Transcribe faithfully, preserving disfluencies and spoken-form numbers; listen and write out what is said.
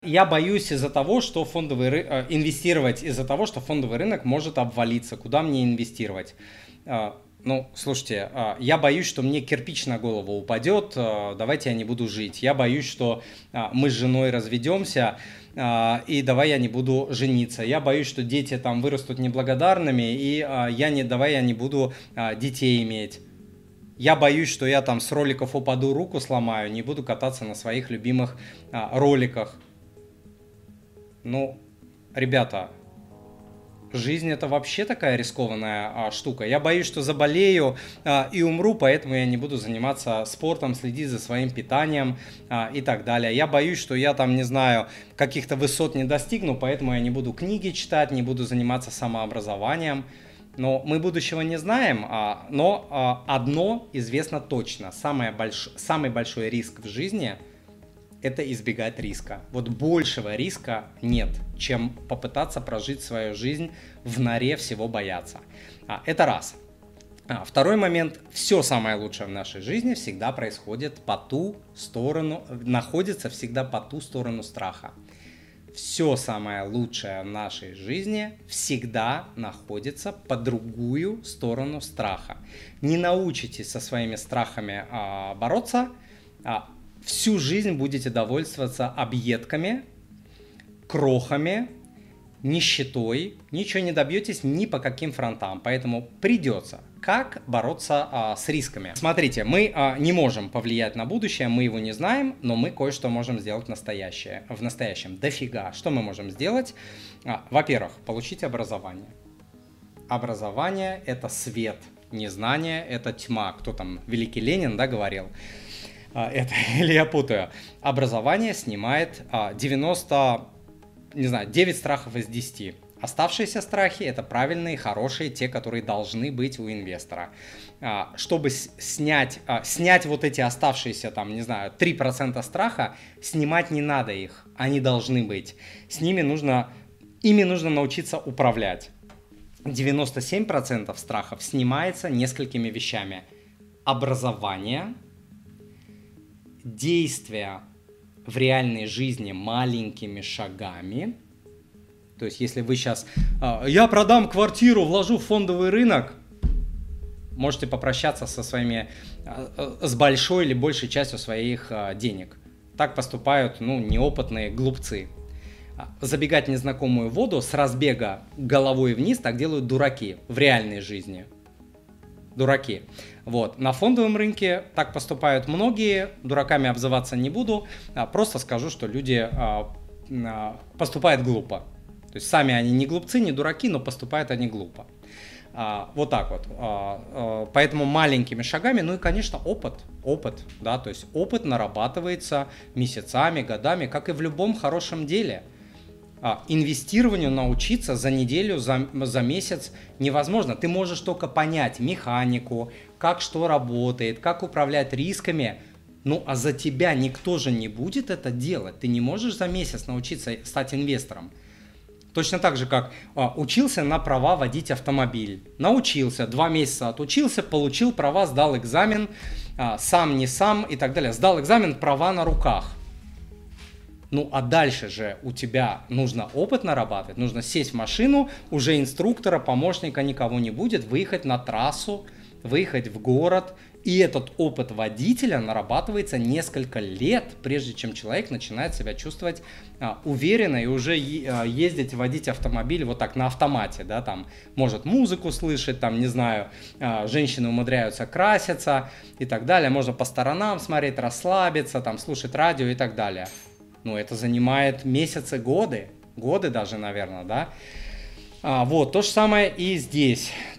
Я боюсь из-за того, что фондовый ры... э, инвестировать из-за того, что фондовый рынок может обвалиться. Куда мне инвестировать? Э, Ну, слушайте, э, я боюсь, что мне кирпич на голову упадет, э, давайте я не буду жить. Я боюсь, что э, мы с женой разведемся, э, и давай я не буду жениться. Я боюсь, что дети там вырастут неблагодарными, и э, я не, давай я не буду э, детей иметь. Я боюсь, что я там с роликов упаду, руку сломаю, не буду кататься на своих любимых а, роликах. Ну, ребята, жизнь это вообще такая рискованная а, штука. Я боюсь, что заболею а, и умру, поэтому я не буду заниматься спортом, следить за своим питанием а, и так далее. Я боюсь, что я там, не знаю, каких-то высот не достигну, поэтому я не буду книги читать, не буду заниматься самообразованием. Но мы будущего не знаем, а, но а, одно известно точно. Самое больш... Самый большой риск в жизни – это избегать риска. Вот большего риска нет, чем попытаться прожить свою жизнь в норе всего бояться. А, это раз. А, второй момент. Все самое лучшее в нашей жизни всегда происходит по ту сторону, находится всегда по ту сторону страха. Все самое лучшее в нашей жизни всегда находится по другую сторону страха. Не научитесь со своими страхами а, бороться, а, всю жизнь будете довольствоваться объедками, крохами, нищетой, ничего не добьетесь ни по каким фронтам, поэтому придется. Как бороться а, с рисками? Смотрите, мы а, не можем повлиять на будущее, мы его не знаем, но мы кое-что можем сделать в настоящее, в настоящем. Дофига. Что мы можем сделать? А, во-первых, получить образование. Образование – это свет, незнание – это тьма. Кто там, великий Ленин, да, говорил? А, это, или я путаю. Образование снимает а, девяносто, не знаю, девять страхов из десяти. Оставшиеся страхи – это правильные, хорошие, те, которые должны быть у инвестора. Чтобы снять, снять вот эти оставшиеся, там, не знаю, три процента страха, снимать не надо их, они должны быть. С ними нужно, ими нужно научиться управлять. девяносто семь процентов страхов снимается несколькими вещами. Образование, действия в реальной жизни маленькими шагами. То есть, если вы сейчас, э, я продам квартиру, вложу в фондовый рынок, можете попрощаться со своими, э, э, с большой или большей частью своих э, денег. Так поступают, ну, неопытные глупцы. Забегать в незнакомую воду с разбега головой вниз, так делают дураки в реальной жизни. Дураки. Вот. На фондовом рынке так поступают многие, дураками обзываться не буду, а просто скажу, что люди э, э, поступают глупо. То есть сами они не глупцы, не дураки, но поступают они глупо. А, вот так вот. А, а, поэтому маленькими шагами, ну и, конечно, опыт. Опыт, да, то есть опыт нарабатывается месяцами, годами, как и в любом хорошем деле. А, инвестированию научиться за неделю, за, за месяц невозможно. Ты можешь только понять механику, как что работает, как управлять рисками. Ну, а за тебя никто же не будет это делать. Ты не можешь за месяц научиться стать инвестором. Точно так же, как а, учился на права водить автомобиль. Научился, два месяца отучился, получил права, сдал экзамен, а, сам, не сам и так далее. Сдал экзамен, права на руках. Ну, а дальше же у тебя нужно опыт нарабатывать, нужно сесть в машину, уже инструктора, помощника никого не будет, выехать на трассу, выехать в город. И этот опыт водителя нарабатывается несколько лет, прежде чем человек начинает себя чувствовать а, уверенно и уже е- а, ездить, водить автомобиль вот так на автомате, да, там, может музыку слышать, там, не знаю, а, женщины умудряются краситься и так далее, можно по сторонам смотреть, расслабиться, там, слушать радио и так далее. Ну, это занимает месяцы, годы, годы даже, наверное, да. А, вот, то же самое и здесь.